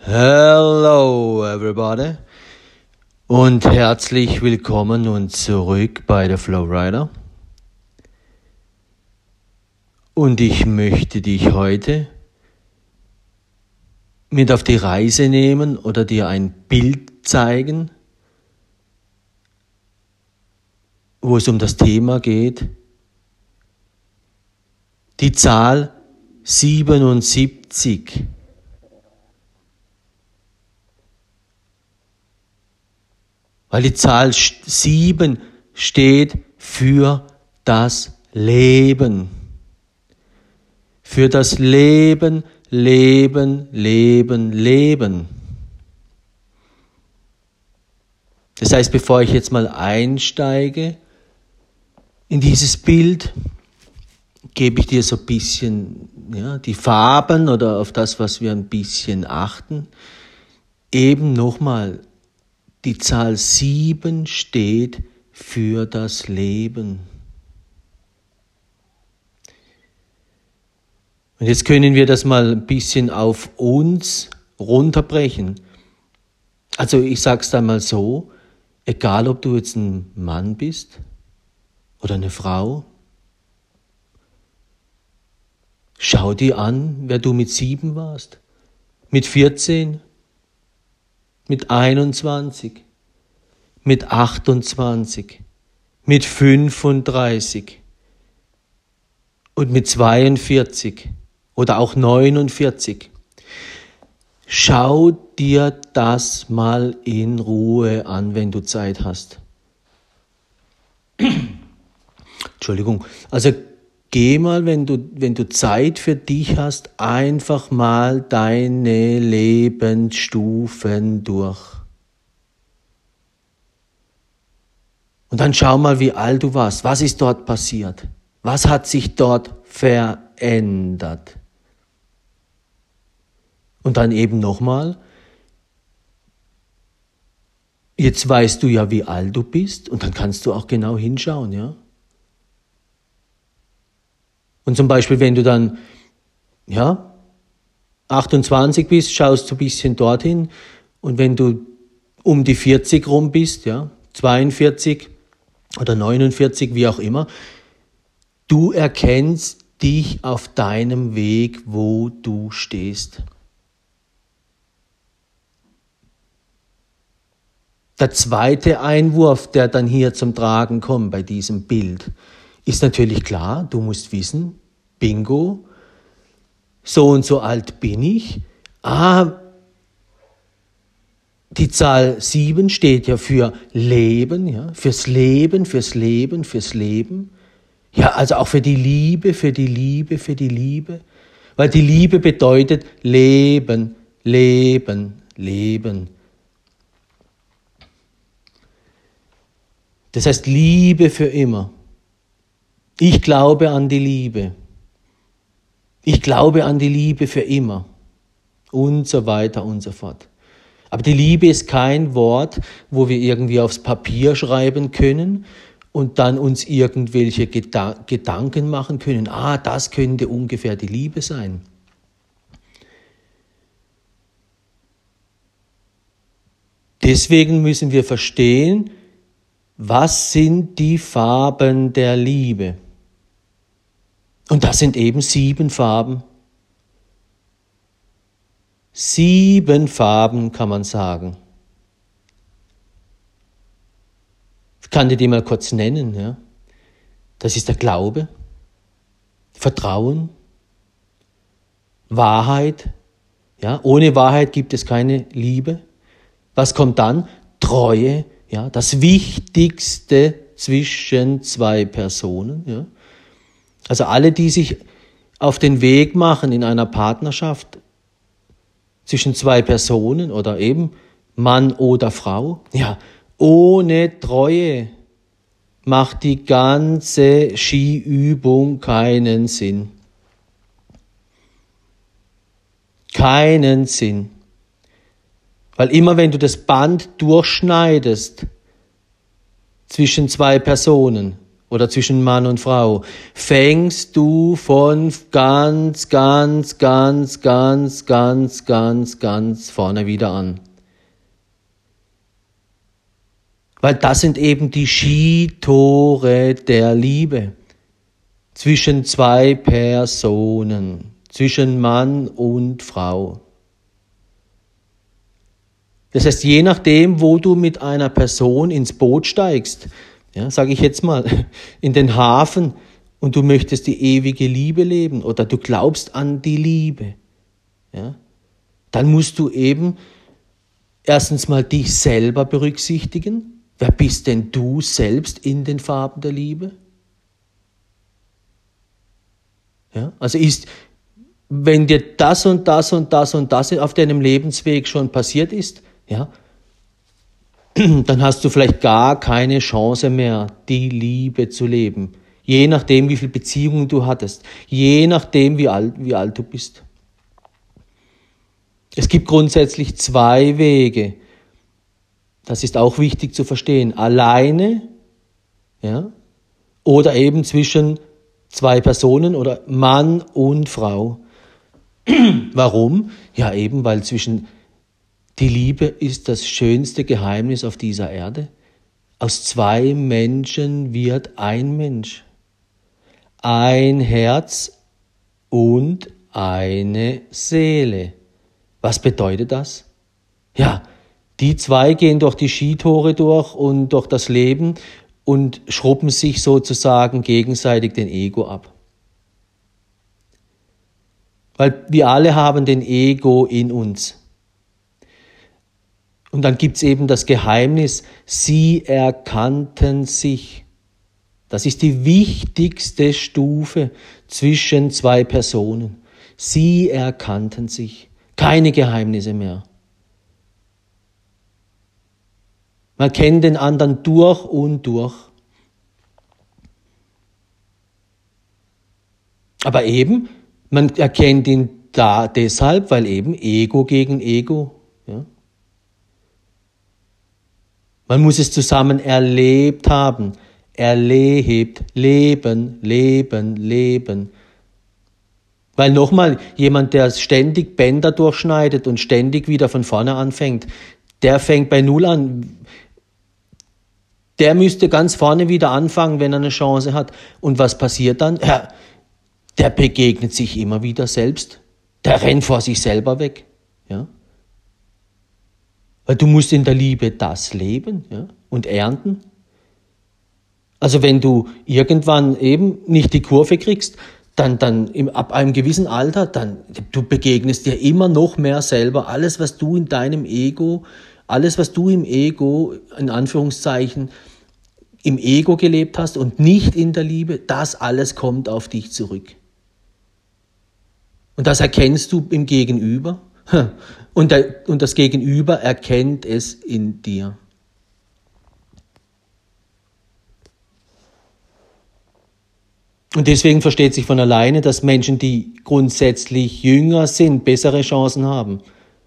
Hello everybody und herzlich willkommen und zurück bei der Flowrider. Und ich möchte dich heute mit auf die Reise nehmen oder dir ein Bild zeigen, wo es um das Thema geht, die Zahl 77. Weil die Zahl 7 steht für das Leben. Für das Leben, Leben, Leben, Leben. Das heißt, bevor ich jetzt mal einsteige in dieses Bild, gebe ich dir so ein bisschen die Farben oder auf das, was wir ein bisschen achten. Eben nochmal, die Zahl 7 steht für das Leben. Und jetzt können wir das mal ein bisschen auf uns runterbrechen. Also ich sage es dann mal so, egal ob du jetzt ein Mann bist oder eine Frau, schau dir an, wer du mit 7 warst, mit 14, mit 21, mit 28, mit 35 und mit 42 oder auch 49. Schau dir das mal in Ruhe an, wenn du Zeit hast. Entschuldigung. Also geh mal, wenn du Zeit für dich hast, einfach mal deine Lebensstufen durch. Und dann schau mal, wie alt du warst. Was ist dort passiert? Was hat sich dort verändert? Und dann eben nochmal, jetzt weißt du ja, wie alt du bist und dann kannst du auch genau hinschauen, ja? Und zum Beispiel, wenn du dann 28 bist, schaust du ein bisschen dorthin. Und wenn du um die 40 rum bist, 42 oder 49, wie auch immer, du erkennst dich auf deinem Weg, wo du stehst. Der zweite Einwurf, der dann hier zum Tragen kommt bei diesem Bild, ist natürlich klar, du musst wissen, bingo, so und so alt bin ich. Die Zahl 7 steht ja für Leben, fürs Leben, fürs Leben, fürs Leben. Ja, also auch für die Liebe, für die Liebe, für die Liebe. Weil die Liebe bedeutet Leben, Leben, Leben. Das heißt Liebe für immer. Ich glaube an die Liebe. Ich glaube an die Liebe für immer. Und so weiter und so fort. Aber die Liebe ist kein Wort, wo wir irgendwie aufs Papier schreiben können und dann uns irgendwelche Gedanken machen können. Das könnte ungefähr die Liebe sein. Deswegen müssen wir verstehen, was sind die Farben der Liebe? Und das sind eben 7 Farben. 7 Farben kann man sagen. Ich kann dir die mal kurz nennen. Ja? Das ist der Glaube, Vertrauen, Wahrheit. Ja? Ohne Wahrheit gibt es keine Liebe. Was kommt dann? Treue. Ja, das Wichtigste zwischen 2 Personen. Ja. Also alle, die sich auf den Weg machen in einer Partnerschaft zwischen 2 Personen oder eben Mann oder Frau, ohne Treue macht die ganze Skiübung keinen Sinn. Keinen Sinn. Weil immer wenn du das Band durchschneidest zwischen 2 Personen oder zwischen Mann und Frau, fängst du von ganz vorne wieder an. Weil das sind eben die Skitore der Liebe zwischen zwei Personen, zwischen Mann und Frau. Das heißt, je nachdem, wo du mit einer Person ins Boot steigst, ja, sage ich jetzt mal, in den Hafen und du möchtest die ewige Liebe leben oder du glaubst an die Liebe, ja, dann musst du eben erstens mal dich selber berücksichtigen. Wer bist denn du selbst in den Farben der Liebe? Ja, also wenn dir das und das und das und das auf deinem Lebensweg schon passiert ist, ja, dann hast du vielleicht gar keine Chance mehr, die Liebe zu leben. Je nachdem, wie viele Beziehungen du hattest. Je nachdem, wie alt du bist. Es gibt grundsätzlich zwei Wege. Das ist auch wichtig zu verstehen. Alleine, ja, oder eben zwischen zwei Personen oder Mann und Frau. Warum? Ja, eben, weil die Liebe ist das schönste Geheimnis auf dieser Erde. Aus zwei Menschen wird ein Mensch. Ein Herz und eine Seele. Was bedeutet das? Ja, die zwei gehen durch die Skitore durch und durch das Leben und schrubben sich sozusagen gegenseitig den Ego ab. Weil wir alle haben den Ego in uns. Und dann gibt's eben das Geheimnis, sie erkannten sich. Das ist die wichtigste Stufe zwischen zwei Personen. Sie erkannten sich. Keine Geheimnisse mehr. Man kennt den anderen durch und durch. Aber eben, man erkennt ihn da deshalb, weil eben Ego gegen Ego. Ja? Man muss es zusammen erlebt haben. Erlebt, leben, leben, leben. Weil nochmal, jemand, der ständig Bänder durchschneidet und ständig wieder von vorne anfängt, der fängt bei Null an. Der müsste ganz vorne wieder anfangen, wenn er eine Chance hat. Und was passiert dann? Ja, der begegnet sich immer wieder selbst. Der rennt vor sich selber weg. Ja? Weil du musst in der Liebe das leben, ja, und ernten. Also wenn du irgendwann eben nicht die Kurve kriegst, dann ab einem gewissen Alter, dann du begegnest dir immer noch mehr selber. Alles, was du im Ego, in Anführungszeichen, im Ego gelebt hast und nicht in der Liebe, das alles kommt auf dich zurück. Und das erkennst du im Gegenüber. Und das Gegenüber erkennt es in dir. Und deswegen versteht sich von alleine, dass Menschen, die grundsätzlich jünger sind, bessere Chancen haben,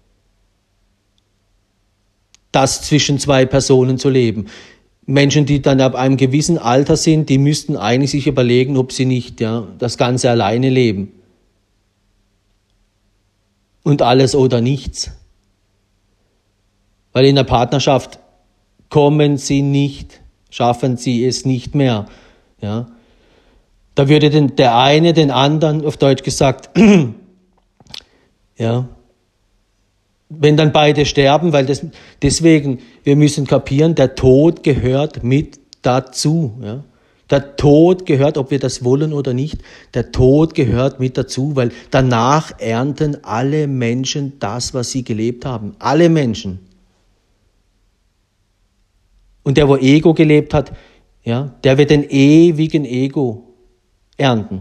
das zwischen zwei Personen zu leben. Menschen, die dann ab einem gewissen Alter sind, die müssten eigentlich sich überlegen, ob sie nicht das Ganze alleine leben. Und alles oder nichts. Weil in der Partnerschaft schaffen sie es nicht mehr. Ja. Da würde der eine den anderen, auf Deutsch gesagt, ja, wenn dann beide sterben, weil deswegen, wir müssen kapieren, der Tod gehört mit dazu. Ja. Der Tod gehört, ob wir das wollen oder nicht, der Tod gehört mit dazu, weil danach ernten alle Menschen das, was sie gelebt haben. Alle Menschen. Und der, wo Ego gelebt hat, ja, der wird den ewigen Ego ernten.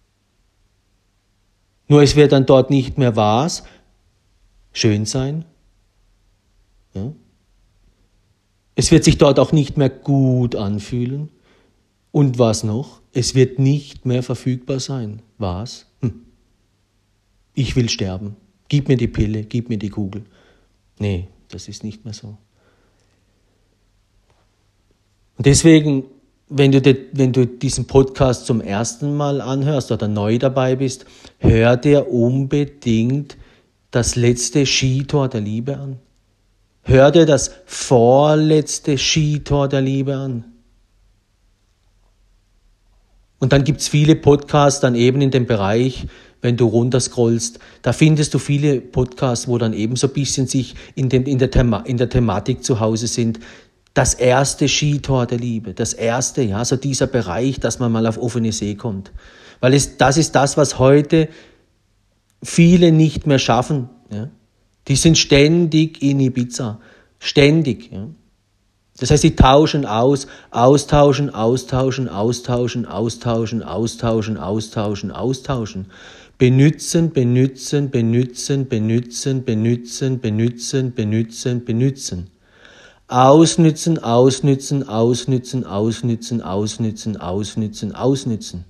Nur es wird dann dort nicht mehr was? Schön sein. Ja. Es wird sich dort auch nicht mehr gut anfühlen. Und was noch? Es wird nicht mehr verfügbar sein. Was? Ich will sterben. Gib mir die Pille, gib mir die Kugel. Nee, das ist nicht mehr so. Und deswegen, wenn du diesen Podcast zum ersten Mal anhörst oder neu dabei bist, hör dir unbedingt das letzte Skitor der Liebe an. Hör dir das vorletzte Skitor der Liebe an. Und dann gibt's viele Podcasts dann eben in dem Bereich, wenn du runterscrollst, da findest du viele Podcasts, wo dann eben so ein bisschen sich in der Thematik zu Hause sind. Das erste Skitor der Liebe, das erste, ja, so dieser Bereich, dass man mal auf offene See kommt. Weil das ist das, was heute viele nicht mehr schaffen. Ja. Die sind ständig in Ibiza, ständig. Ja. Das heißt, sie tauschen aus, austauschen. Benützen. Ausnützen.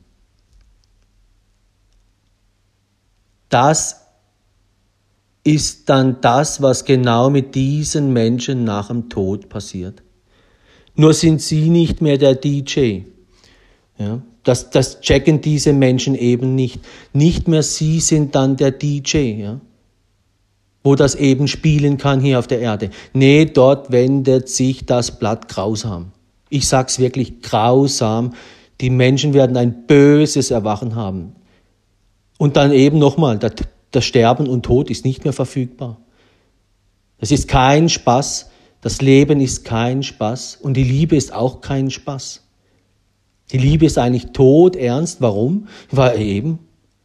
Das ist dann das, was genau mit diesen Menschen nach dem Tod passiert. Nur sind sie nicht mehr der DJ. Ja, das checken diese Menschen eben nicht. Nicht mehr sie sind dann der DJ, ja, wo das eben spielen kann hier auf der Erde. Nee, dort wendet sich das Blatt grausam. Ich sag's wirklich grausam. Die Menschen werden ein böses Erwachen haben. Und dann eben nochmal, das Sterben und Tod ist nicht mehr verfügbar. Das ist kein Spaß. Das Leben ist kein Spaß. Und die Liebe ist auch kein Spaß. Die Liebe ist eigentlich todernst. Warum? Weil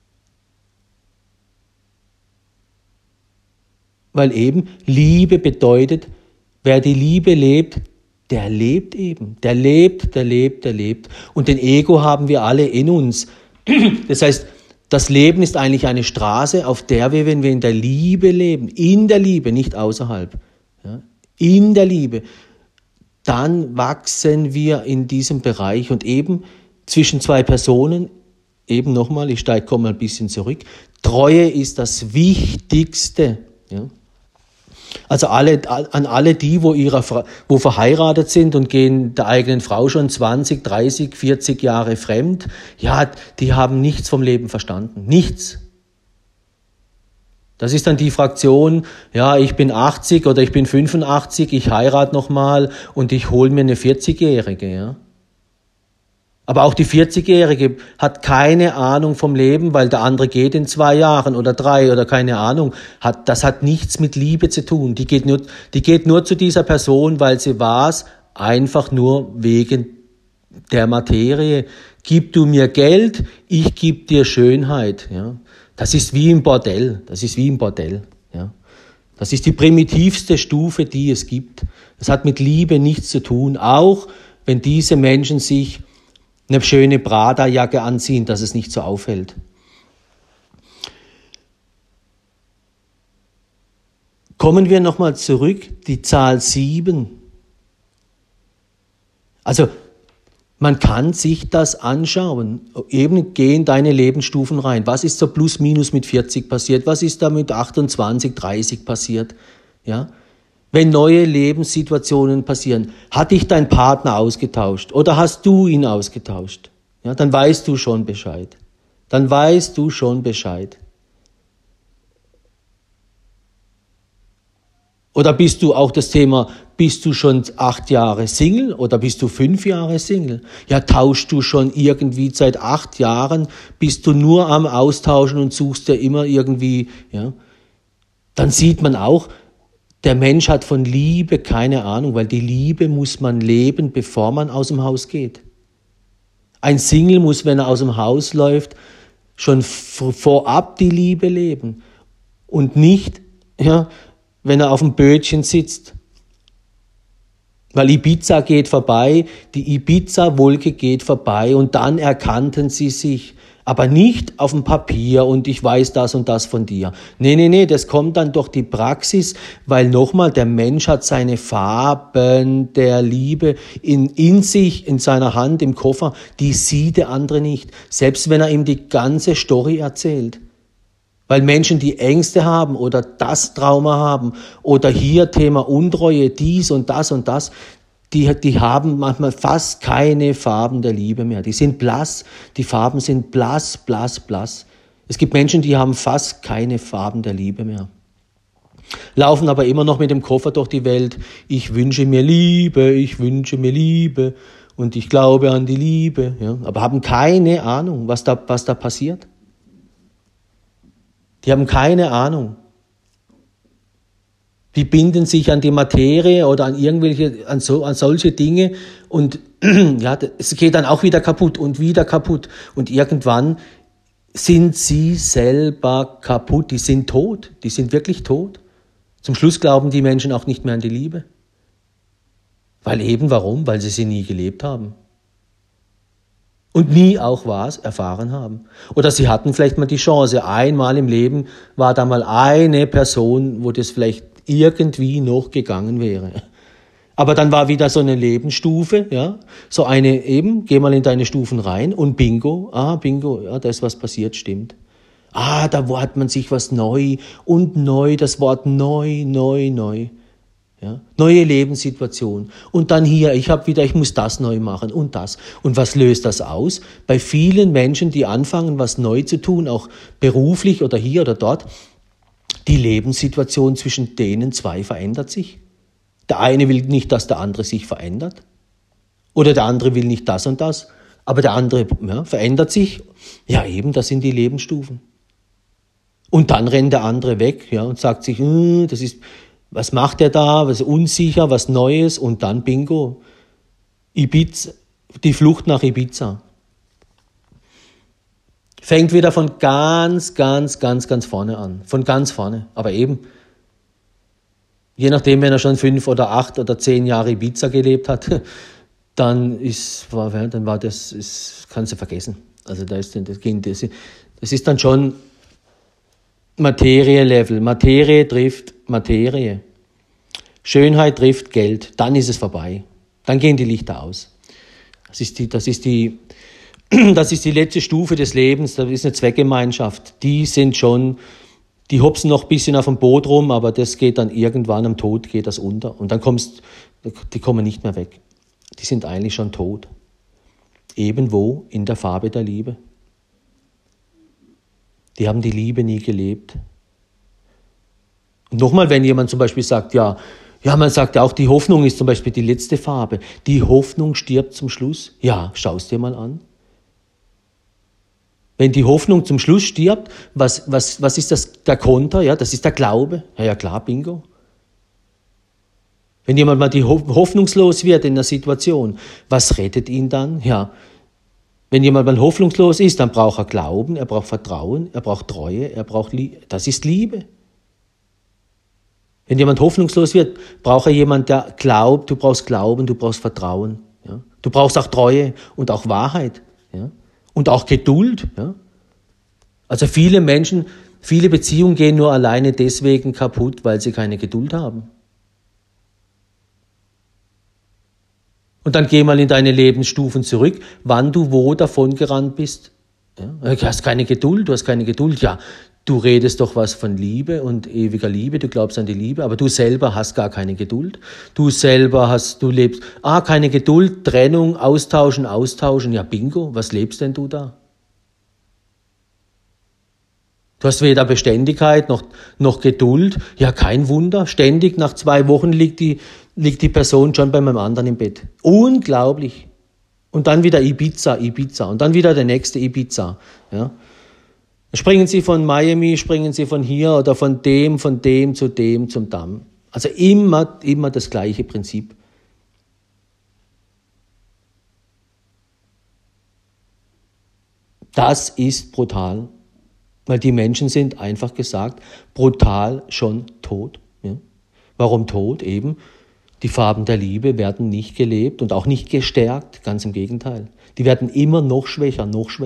eben Liebe bedeutet, wer die Liebe lebt, der lebt eben. Der lebt. Und den Ego haben wir alle in uns. Das heißt, das Leben ist eigentlich eine Straße, auf der wir, wenn wir in der Liebe leben, in der Liebe, nicht außerhalb, ja, in der Liebe, dann wachsen wir in diesem Bereich und eben zwischen zwei Personen, eben nochmal, komme mal ein bisschen zurück, Treue ist das Wichtigste. Ja. Also an alle die, wo verheiratet sind und gehen der eigenen Frau schon 20, 30, 40 Jahre fremd, ja, die haben nichts vom Leben verstanden. Nichts. Das ist dann die Fraktion, ja, ich bin 80 oder ich bin 85, ich heirate nochmal und ich hole mir eine 40-Jährige, ja. Aber auch die 40-Jährige hat keine Ahnung vom Leben, weil der andere geht in 2 Jahren oder 3 oder keine Ahnung. Das hat nichts mit Liebe zu tun. Die geht nur zu dieser Person, weil sie war's, einfach nur wegen der Materie. Gib du mir Geld, ich geb dir Schönheit, ja. Das ist wie im Bordell. Ja. Das ist die primitivste Stufe, die es gibt. Das hat mit Liebe nichts zu tun, auch wenn diese Menschen sich eine schöne Prada-Jacke anziehen, dass es nicht so auffällt. Kommen wir nochmal zurück, die Zahl 7. Also, man kann sich das anschauen. Eben gehen deine Lebensstufen rein. Was ist so plus minus mit 40 passiert? Was ist da mit 28, 30 passiert? Ja? Wenn neue Lebenssituationen passieren, hat dich dein Partner ausgetauscht oder hast du ihn ausgetauscht? Ja, dann weißt du schon Bescheid. Oder bist du auch das Thema, bist du schon 8 Jahre Single oder bist du 5 Jahre Single? Ja, tauschst du schon irgendwie seit 8 Jahren, bist du nur am Austauschen und suchst dir immer irgendwie, ja. Dann sieht man auch, der Mensch hat von Liebe keine Ahnung, weil die Liebe muss man leben, bevor man aus dem Haus geht. Ein Single muss, wenn er aus dem Haus läuft, schon vorab die Liebe leben und nicht, ja, wenn er auf dem Bötchen sitzt. Weil Ibiza geht vorbei, die Ibiza-Wolke geht vorbei und dann erkannten sie sich. Aber nicht auf dem Papier und ich weiß das und das von dir. Nee, das kommt dann durch die Praxis, weil nochmal, der Mensch hat seine Farben der Liebe in sich, in seiner Hand, im Koffer, die sieht der andere nicht. Selbst wenn er ihm die ganze Story erzählt. Weil Menschen, die Ängste haben oder das Trauma haben oder hier Thema Untreue, dies und das, die haben manchmal fast keine Farben der Liebe mehr. Die sind blass, die Farben sind blass, blass, blass. Es gibt Menschen, die haben fast keine Farben der Liebe mehr. Laufen aber immer noch mit dem Koffer durch die Welt. Ich wünsche mir Liebe, ich wünsche mir Liebe und ich glaube an die Liebe. Ja, aber haben keine Ahnung, was da passiert. Die haben keine Ahnung. Die binden sich an die Materie oder an an solche Dinge und ja, es geht dann auch wieder kaputt und wieder kaputt. Und irgendwann sind sie selber kaputt, die sind tot, die sind wirklich tot. Zum Schluss glauben die Menschen auch nicht mehr an die Liebe. Warum? Weil sie nie gelebt haben. Und nie auch was erfahren haben. Oder sie hatten vielleicht mal die Chance, einmal im Leben war da mal eine Person, wo das vielleicht irgendwie noch gegangen wäre. Aber dann war wieder so eine Lebensstufe, ja, so eine eben, geh mal in deine Stufen rein und bingo, ja, da ist was passiert, stimmt. Da hat man sich was neu, das Wort neu. Ja, neue Lebenssituation. Und dann hier, ich muss das neu machen und das. Und was löst das aus? Bei vielen Menschen, die anfangen, was neu zu tun, auch beruflich oder hier oder dort, die Lebenssituation zwischen denen zwei verändert sich. Der eine will nicht, dass der andere sich verändert. Oder der andere will nicht das und das. Aber der andere verändert sich. Ja, eben, das sind die Lebensstufen. Und dann rennt der andere weg, ja, und sagt sich, was macht er da? Was unsicher, was Neues? Und dann bingo. Ibiza, die Flucht nach Ibiza. Fängt wieder von ganz vorne an. Von ganz vorne. Aber eben, je nachdem, wenn er schon 5 oder 8 oder 10 Jahre Ibiza gelebt hat, dann kannst du vergessen. Also das ist dann schon Materie-Level. Materie trifft Materie. Schönheit trifft Geld. Dann ist es vorbei. Dann gehen die Lichter aus. Das ist die letzte Stufe des Lebens. Das ist eine Zweckgemeinschaft. Die hopsen noch ein bisschen auf dem Boot rum, aber das geht dann irgendwann am Tod geht das unter. Und dann die kommen nicht mehr weg. Die sind eigentlich schon tot. Ebenwo in der Farbe der Liebe. Die haben die Liebe nie gelebt. Und nochmal, wenn jemand zum Beispiel sagt, ja, man sagt ja auch, die Hoffnung ist zum Beispiel die letzte Farbe. Die Hoffnung stirbt zum Schluss. Ja, schau es dir mal an. Wenn die Hoffnung zum Schluss stirbt, was ist das, der Konter? Ja, das ist der Glaube. Ja klar, bingo. Wenn jemand mal hoffnungslos wird in einer Situation, was rettet ihn dann? Ja, wenn jemand mal hoffnungslos ist, dann braucht er Glauben, er braucht Vertrauen, er braucht Treue, er braucht Liebe. Das ist Liebe. Wenn jemand hoffnungslos wird, braucht er jemanden, der glaubt, du brauchst Glauben, du brauchst Vertrauen. Ja? Du brauchst auch Treue und auch Wahrheit. Ja? Und auch Geduld. Ja? Also viele Beziehungen gehen nur alleine deswegen kaputt, weil sie keine Geduld haben. Und dann geh mal in deine Lebensstufen zurück, wann du wo davon gerannt bist. Ja? Du hast keine Geduld. Ja, du redest doch was von Liebe und ewiger Liebe, du glaubst an die Liebe, aber du selber hast gar keine Geduld. Du lebst, keine Geduld, Trennung, austauschen, ja bingo, was lebst denn du da? Du hast weder Beständigkeit noch Geduld, ja kein Wunder, ständig nach 2 Wochen liegt die Person schon bei meinem anderen im Bett. Unglaublich. Und dann wieder Ibiza und dann wieder der nächste Ibiza, ja. Springen Sie von Miami, springen Sie von hier oder von dem zu dem zum Damm. Also immer das gleiche Prinzip. Das ist brutal, weil die Menschen sind, einfach gesagt, brutal schon tot. Ja? Warum tot? Eben, die Farben der Liebe werden nicht gelebt und auch nicht gestärkt, ganz im Gegenteil. Die werden immer noch schwächer.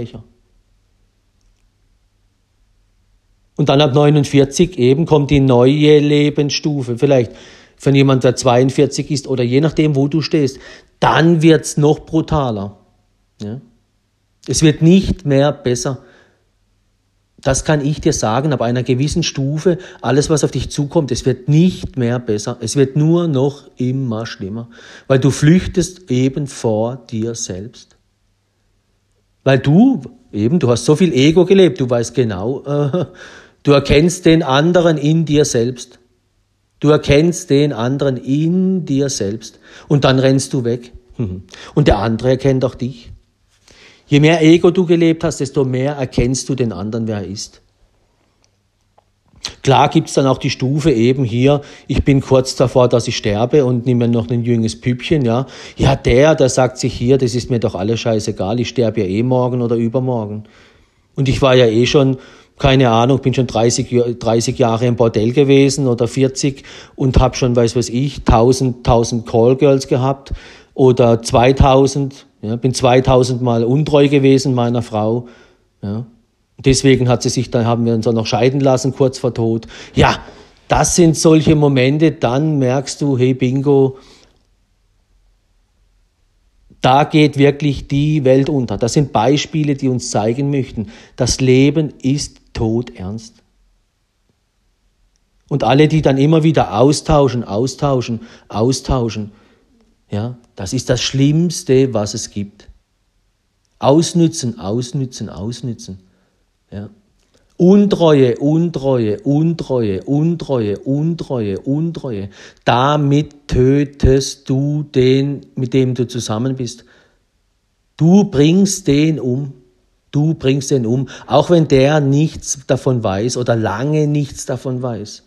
Und dann ab 49 eben kommt die neue Lebensstufe. Vielleicht von jemand, der 42 ist oder je nachdem, wo du stehst. Dann wird's noch brutaler. Ja? Es wird nicht mehr besser. das kann ich dir sagen, ab einer gewissen Stufe, alles, was auf dich zukommt, es wird nicht mehr besser, es wird nur noch immer schlimmer, weil du flüchtest eben vor dir selbst. Weil du hast so viel Ego gelebt, du weißt genau, du erkennst den anderen in dir selbst. Du erkennst den anderen in dir selbst und dann rennst du weg. Und der andere erkennt auch dich. Je mehr Ego du gelebt hast, desto mehr erkennst du den anderen, wer er ist. Klar gibt's dann auch die Stufe eben hier, ich bin kurz davor, dass ich sterbe und nehme mir noch ein junges Püppchen, ja. Ja, der sagt sich hier, das ist mir doch alles scheißegal, ich sterbe ja eh morgen oder übermorgen. Und ich war ja eh schon, keine Ahnung, bin schon 30 Jahre im Bordell gewesen oder 40 und habe schon, weiß ich, 1000 Callgirls gehabt oder 2000, ja, bin 2000 Mal untreu gewesen meiner Frau, ja. Deswegen haben wir uns auch noch scheiden lassen, kurz vor Tod. Ja, das sind solche Momente, dann merkst du, hey Bingo, da geht wirklich die Welt unter. Das sind Beispiele, die uns zeigen möchten, das Leben ist todernst. Und alle, die dann immer wieder austauschen, ja, das ist das Schlimmste, was es gibt. Ausnützen. Ja. Untreue. Damit tötest du den, mit dem du zusammen bist. Du bringst den um, auch wenn der nichts davon weiß oder lange nichts davon weiß.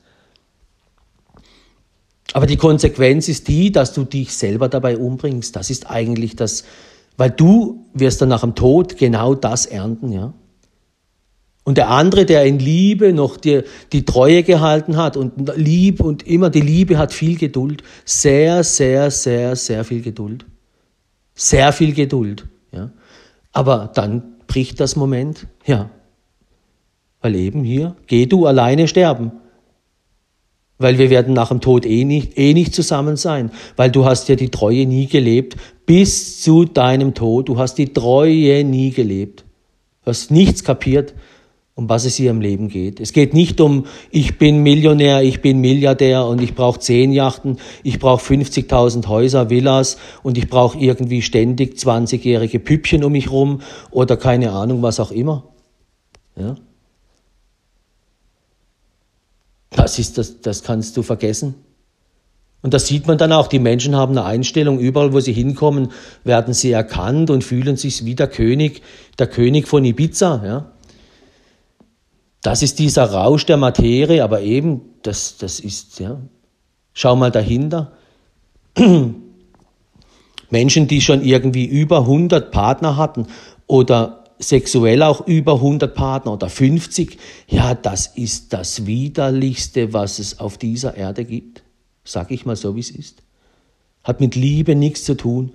Aber die Konsequenz ist die, dass du dich selber dabei umbringst. Das ist eigentlich das, weil du wirst dann nach dem Tod genau das ernten, ja. Und der andere, der in Liebe noch die Treue gehalten hat und immer die Liebe hat viel Geduld, sehr viel Geduld. Sehr viel Geduld, ja. Aber dann bricht das Moment, ja. Weil eben hier, geh du alleine sterben. Weil wir werden nach dem Tod eh nicht zusammen sein. Weil du hast ja die Treue nie gelebt. Bis zu deinem Tod. Du hast die Treue nie gelebt. Du hast nichts kapiert, um was es hier im Leben geht. Es geht nicht um, ich bin Millionär, ich bin Milliardär und ich brauche 10 Yachten, ich brauche 50.000 Häuser, Villas und ich brauche irgendwie ständig 20-jährige Püppchen um mich rum oder keine Ahnung, was auch immer. Ja. Das kannst du vergessen. Und das sieht man dann auch, die Menschen haben eine Einstellung, überall wo sie hinkommen, werden sie erkannt und fühlen sich wie der König von Ibiza, ja. Das ist dieser Rausch der Materie, aber eben, das ist, ja, schau mal dahinter. Menschen, die schon irgendwie über 100 Partner hatten oder sexuell auch über 100 Partner oder 50, ja, das ist das Widerlichste, was es auf dieser Erde gibt. Sag ich mal so, wie es ist. Hat mit Liebe nichts zu tun.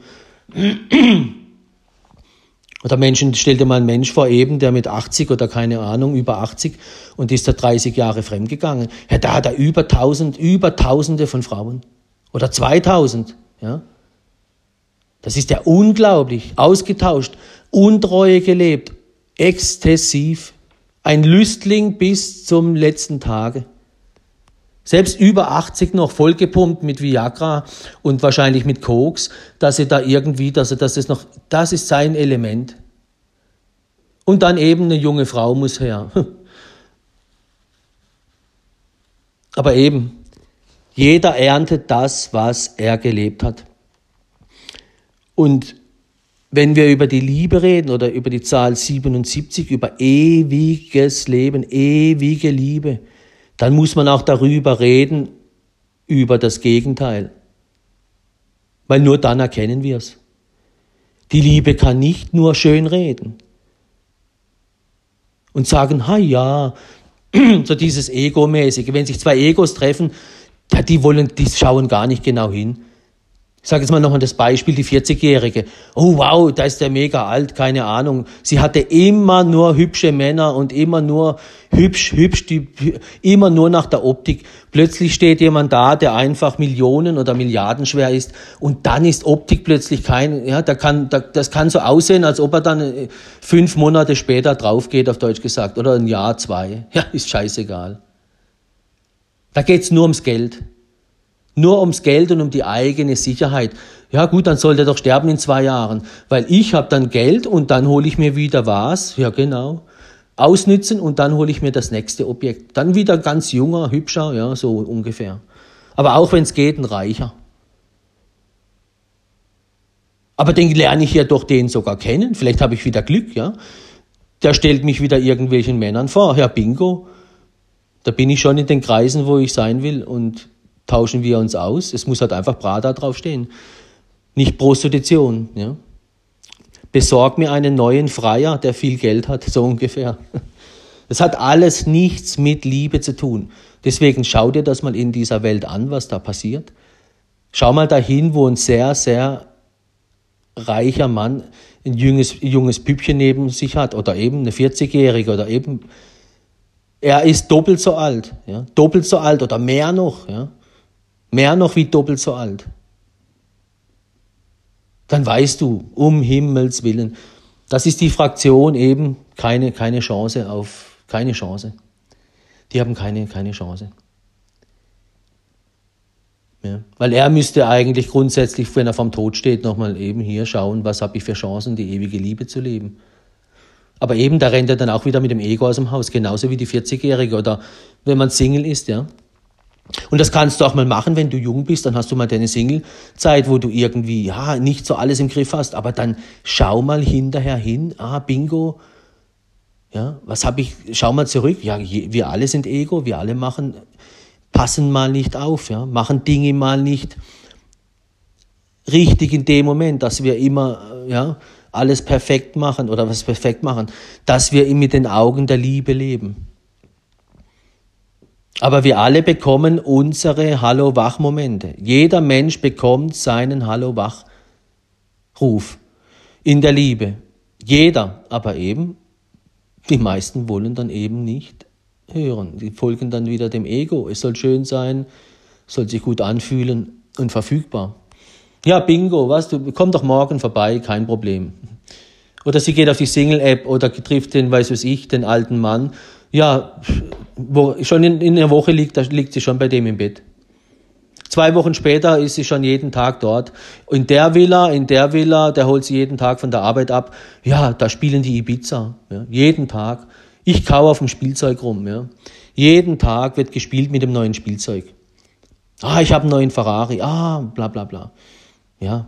Oder stell dir mal einen Mensch vor eben, der mit 80 oder keine Ahnung, über 80 und ist da 30 Jahre fremdgegangen. Ja, da hat er über Tausende von Frauen. Oder 2000, ja. Das ist ja unglaublich. Ausgetauscht, Untreue gelebt, exzessiv. Ein Lüstling bis zum letzten Tage. Selbst über 80 noch vollgepumpt mit Viagra und wahrscheinlich mit Koks, das ist sein Element. Und dann eben eine junge Frau muss her. Aber eben, jeder erntet das, was er gelebt hat. Und wenn wir über die Liebe reden oder über die Zahl 77, über ewiges Leben, ewige Liebe, dann muss man auch darüber reden, über das Gegenteil. Weil nur dann erkennen wir es. Die Liebe kann nicht nur schön reden und sagen, ha ja, so dieses Ego-mäßige. Wenn sich zwei Egos treffen, ja, die schauen gar nicht genau hin. Ich sage jetzt mal nochmal das Beispiel, die 40-Jährige. Oh wow, da ist der mega alt, keine Ahnung. Sie hatte immer nur hübsche Männer und immer nur hübsch, immer nur nach der Optik. Plötzlich steht jemand da, der einfach Millionen oder Milliarden schwer ist und dann ist Optik plötzlich das kann so aussehen, als ob er dann 5 Monate später drauf geht, auf Deutsch gesagt, oder ein Jahr, 2. Ja, ist scheißegal. Da geht's nur ums Geld. Nur ums Geld und um die eigene Sicherheit. Ja gut, dann soll der doch sterben in 2 Jahren, weil ich habe dann Geld und dann hole ich mir wieder was. Ja genau. Ausnützen und dann hole ich mir das nächste Objekt. Dann wieder ganz junger, hübscher, ja so ungefähr. Aber auch wenn es geht, ein Reicher. Aber den lerne ich ja durch den sogar kennen. Vielleicht habe ich wieder Glück, ja. Der stellt mich wieder irgendwelchen Männern vor. Ja bingo, da bin ich schon in den Kreisen, wo ich sein will und tauschen wir uns aus. Es muss halt einfach Prada draufstehen. Nicht Prostitution. Ja. Besorg mir einen neuen Freier, der viel Geld hat, so ungefähr. Das hat alles nichts mit Liebe zu tun. Deswegen schau dir das mal in dieser Welt an, was da passiert. Schau mal dahin, wo ein sehr, sehr reicher Mann ein junges Püppchen neben sich hat oder eben eine 40-Jährige oder eben er ist doppelt so alt. Ja. Doppelt so alt oder mehr noch, ja. Mehr noch wie doppelt so alt. Dann weißt du, um Himmels Willen, das ist die Fraktion eben keine Chance. Die haben keine Chance. Ja. Weil er müsste eigentlich grundsätzlich, wenn er vom Tod steht, nochmal eben hier schauen, was habe ich für Chancen, die ewige Liebe zu leben. Aber eben, da rennt er dann auch wieder mit dem Ego aus dem Haus, genauso wie die 40-Jährige oder wenn man Single ist, ja. Und das kannst du auch mal machen, wenn du jung bist, dann hast du mal deine Single-Zeit, wo du irgendwie, nicht so alles im Griff hast, aber dann schau mal hinterher hin, bingo, ja, schau mal zurück, ja, wir alle sind Ego, wir alle passen mal nicht auf, ja, machen Dinge mal nicht richtig in dem Moment, dass wir immer, alles perfekt machen oder was perfekt machen, dass wir mit den Augen der Liebe leben. Aber wir alle bekommen unsere Hallo-Wach-Momente. Jeder Mensch bekommt seinen Hallo-Wach-Ruf in der Liebe. Jeder, aber eben, die meisten wollen dann eben nicht hören. Die folgen dann wieder dem Ego. Es soll schön sein, soll sich gut anfühlen und verfügbar. Ja, bingo, komm doch morgen vorbei, kein Problem. Oder sie geht auf die Single-App oder trifft den alten Mann. Ja, schon in der Woche liegt sie schon bei dem im Bett. 2 Wochen später ist sie schon jeden Tag dort. In der Villa, der holt sie jeden Tag von der Arbeit ab. Ja, da spielen die Ibiza. Ja, jeden Tag. Ich kaue auf dem Spielzeug rum. Ja. Jeden Tag wird gespielt mit dem neuen Spielzeug. Ich habe einen neuen Ferrari. Bla bla bla. Ja.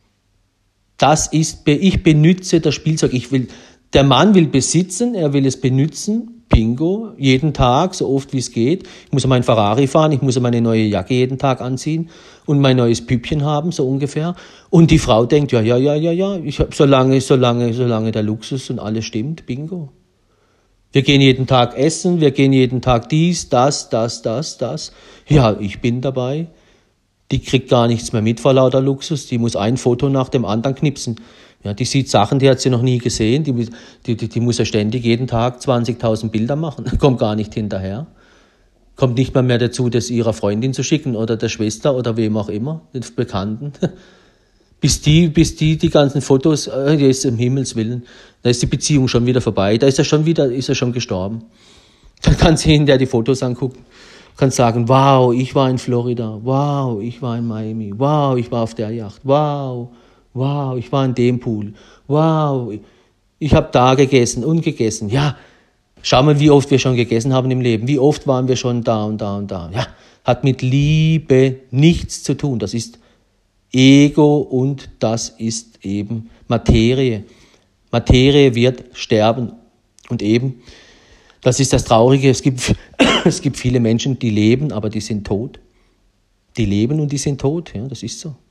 Ich benütze das Spielzeug. Der Mann will besitzen, er will es benutzen. Bingo, jeden Tag, so oft wie es geht. Ich muss mein Ferrari fahren, ich muss meine neue Jacke jeden Tag anziehen und mein neues Püppchen haben, so ungefähr. Und die Frau denkt, ja, ich habe solange der Luxus und alles stimmt, bingo. Wir gehen jeden Tag essen, wir gehen jeden Tag dies, das. Ja, ich bin dabei. Die kriegt gar nichts mehr mit vor lauter Luxus, die muss ein Foto nach dem anderen knipsen. Ja, die sieht Sachen, die hat sie noch nie gesehen, die muss ja ständig jeden Tag 20.000 Bilder machen, kommt gar nicht hinterher. Kommt nicht mal mehr dazu, das ihrer Freundin zu schicken oder der Schwester oder wem auch immer, den Bekannten. Bis die ganzen Fotos, die ist im Himmels Willen, da ist die Beziehung schon wieder vorbei, ist er schon gestorben. Dann kann sie hinterher die Fotos angucken, kann sagen, wow, ich war in Florida, wow, ich war in Miami, wow, ich war auf der Yacht, wow, ich war in dem Pool, wow, ich habe da gegessen und gegessen. Ja, schau mal, wie oft wir schon gegessen haben im Leben, wie oft waren wir schon da und da und da. Ja, hat mit Liebe nichts zu tun, das ist Ego und das ist eben Materie. Materie wird sterben und eben, das ist das Traurige, es gibt viele Menschen, die leben, aber die sind tot. Die leben und die sind tot, ja, das ist so.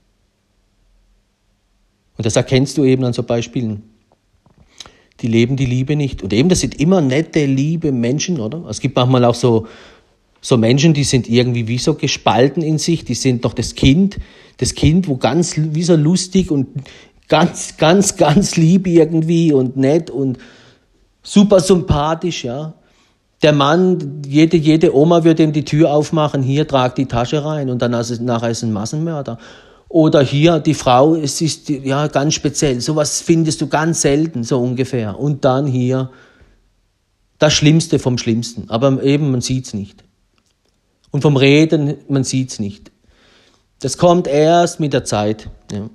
Und das erkennst du eben an so Beispielen. Die leben die Liebe nicht. Und eben, das sind immer nette, liebe Menschen, oder? Es gibt manchmal auch so Menschen, die sind irgendwie wie so gespalten in sich, die sind noch das Kind, Das Kind, wo ganz, wie so lustig und ganz, ganz, ganz lieb irgendwie und nett und super sympathisch, ja. Der Mann, jede Oma würde ihm die Tür aufmachen, hier, trag die Tasche rein und nachher ist ein Massenmörder. Oder hier, die Frau, es ist ja ganz speziell, sowas findest du ganz selten, so ungefähr. Und dann hier, das Schlimmste vom Schlimmsten, aber eben, man sieht's nicht. Und vom Reden, man sieht's nicht. Das kommt erst mit der Zeit, ja.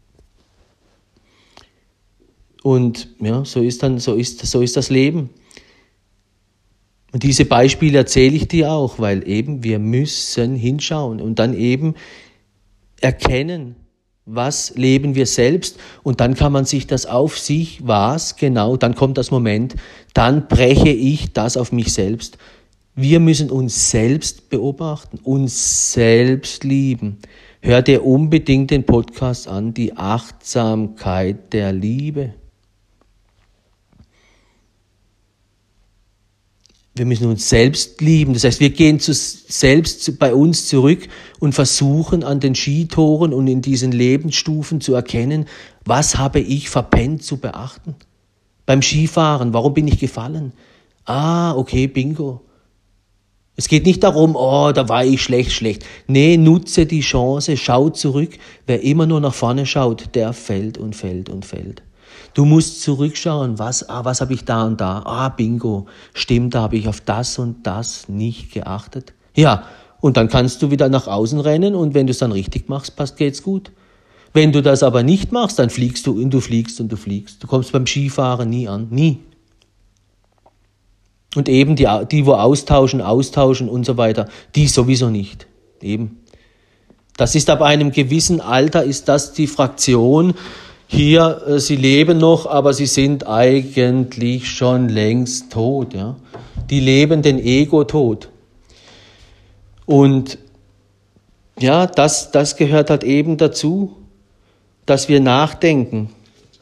Und ja, so ist das Leben. Und diese Beispiele erzähle ich dir auch, weil eben wir müssen hinschauen und dann eben erkennen, was leben wir selbst, und dann kann man sich das auf sich, was genau, dann kommt das Moment, dann breche ich das auf mich selbst. Wir müssen uns selbst beobachten, uns selbst lieben. Hör dir unbedingt den Podcast an, die Achtsamkeit der Liebe. Wir müssen uns selbst lieben. Das heißt, wir gehen selbst bei uns zurück und versuchen an den Skitoren und in diesen Lebensstufen zu erkennen, was habe ich verpennt zu beachten. Beim Skifahren, warum bin ich gefallen? Okay, bingo. Es geht nicht darum, da war ich schlecht. Nee, nutze die Chance, schau zurück. Wer immer nur nach vorne schaut, der fällt und fällt und fällt. Du musst zurückschauen, was habe ich da und da? Bingo, stimmt, da habe ich auf das und das nicht geachtet. Ja, und dann kannst du wieder nach außen rennen und wenn du es dann richtig machst, geht's gut. Wenn du das aber nicht machst, dann fliegst du und du fliegst und du fliegst. Du kommst beim Skifahren nie an, nie. Und eben die wo austauschen und so weiter, die sowieso nicht. Eben. Das ist ab einem gewissen Alter, ist das die Fraktion. Hier, sie leben noch, aber sie sind eigentlich schon längst tot. Ja? Die leben den Ego-Tod. Und ja, das gehört halt eben dazu, dass wir nachdenken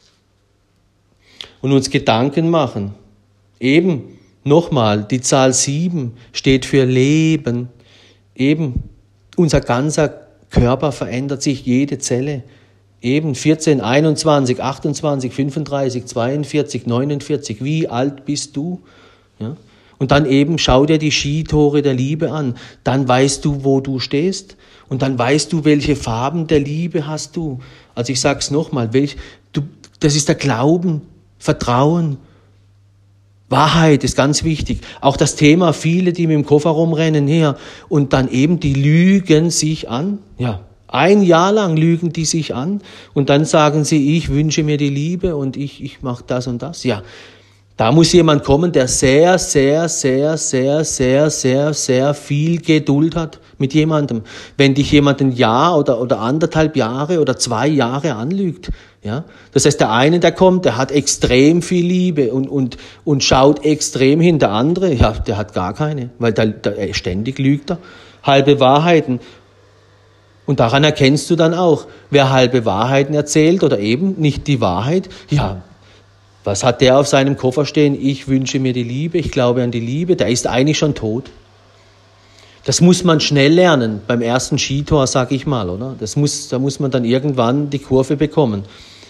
und uns Gedanken machen. Eben, nochmal, die Zahl 7 steht für Leben. Eben, unser ganzer Körper verändert sich, jede Zelle. Eben 14, 21, 28, 35, 42, 49, wie alt bist du? Ja? Und dann eben schau dir die Skitore der Liebe an. Dann weißt du, wo du stehst. Und dann weißt du, welche Farben der Liebe hast du. Also ich sag's nochmal, das ist der Glauben, Vertrauen, Wahrheit ist ganz wichtig. Auch das Thema, viele, die mit dem Koffer rumrennen her und dann eben, die lügen sich an. Ja, 1 Jahr lang lügen die sich an und dann sagen sie, ich wünsche mir die Liebe und ich mache das und das. Ja, da muss jemand kommen, der sehr, sehr, sehr, sehr, sehr, sehr, sehr viel Geduld hat mit jemandem. Wenn dich jemand 1 Jahr oder 1,5 Jahre oder 2 Jahre anlügt, ja, das heißt, der eine, der kommt, der hat extrem viel Liebe und schaut extrem hin. Der andere, ja, der hat gar keine, weil ständig lügt er. Halbe Wahrheiten. Und daran erkennst du dann auch, wer halbe Wahrheiten erzählt oder eben nicht die Wahrheit. Ja, was hat der auf seinem Koffer stehen? Ich wünsche mir die Liebe, ich glaube an die Liebe. Der ist eigentlich schon tot. Das muss man schnell lernen, beim ersten Skitor, sag ich mal, oder? Da muss man dann irgendwann die Kurve bekommen.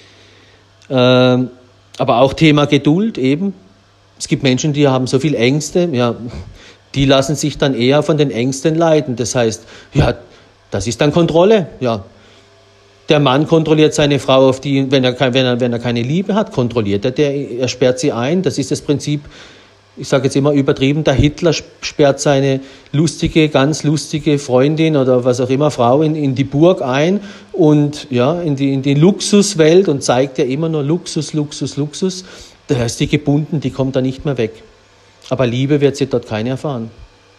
Aber auch Thema Geduld eben. Es gibt Menschen, die haben so viel Ängste, ja, die lassen sich dann eher von den Ängsten leiten. Das heißt, ja, das ist dann Kontrolle, ja. Der Mann kontrolliert seine Frau, auf die, wenn er keine Liebe hat, kontrolliert er sperrt sie ein. Das ist das Prinzip, ich sage jetzt immer übertrieben, der Hitler sperrt seine ganz lustige Freundin oder was auch immer, Frau in die Burg ein und ja, in die Luxuswelt und zeigt ja immer nur Luxus, Luxus, Luxus. Da ist die gebunden, die kommt da nicht mehr weg. Aber Liebe wird sie dort keine erfahren.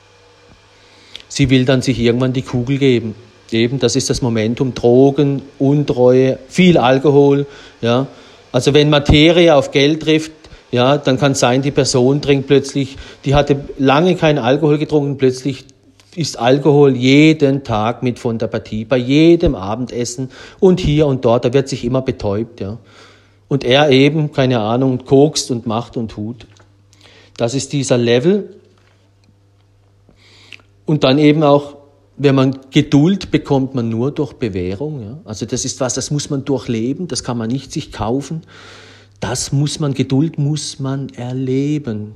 Sie will dann sich irgendwann die Kugel geben. Eben, das ist das Momentum, Drogen, Untreue, viel Alkohol. Ja. Also wenn Materie auf Geld trifft, ja, dann kann es sein, die Person trinkt plötzlich, die hatte lange keinen Alkohol getrunken, plötzlich ist Alkohol jeden Tag mit von der Partie, bei jedem Abendessen und hier und dort, da wird sich immer betäubt. Ja. Und er eben, keine Ahnung, kokst und macht und tut. Das ist dieser Level. Und dann eben auch wenn man Geduld bekommt man nur durch Bewährung. Ja? Also das ist was, das muss man durchleben, das kann man nicht sich kaufen. Geduld muss man erleben.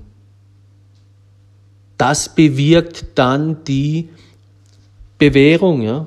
Das bewirkt dann die Bewährung. Ja?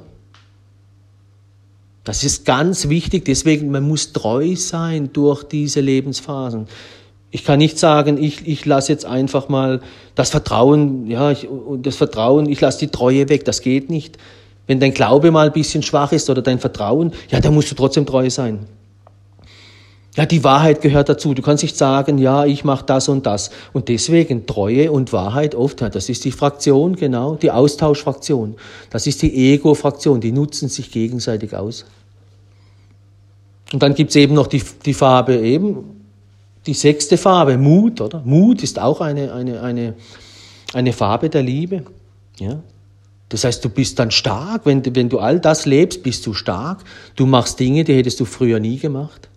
Das ist ganz wichtig, deswegen man muss treu sein durch diese Lebensphasen. Ich kann nicht sagen, ich lasse jetzt einfach mal das Vertrauen, ich lasse die Treue weg, das geht nicht. Wenn dein Glaube mal ein bisschen schwach ist oder dein Vertrauen, ja, dann musst du trotzdem treu sein. Ja, die Wahrheit gehört dazu. Du kannst nicht sagen, ja, ich mache das und das. Und deswegen Treue und Wahrheit oft, das ist die Fraktion, genau, die Austauschfraktion. Das ist die Ego-Fraktion, die nutzen sich gegenseitig aus. Und dann gibt's eben noch die Farbe eben, die 6. Farbe, Mut, oder? Mut ist auch eine Farbe der Liebe. Ja? Das heißt, du bist dann stark. Wenn du all das lebst, bist du stark. Du machst Dinge, die hättest du früher nie gemacht.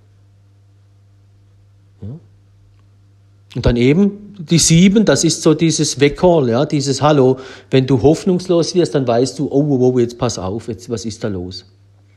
Ja? Und dann eben die 7, das ist so dieses Weckhall, ja? Dieses Hallo. Wenn du hoffnungslos wirst, dann weißt du, oh, jetzt pass auf, was ist da los?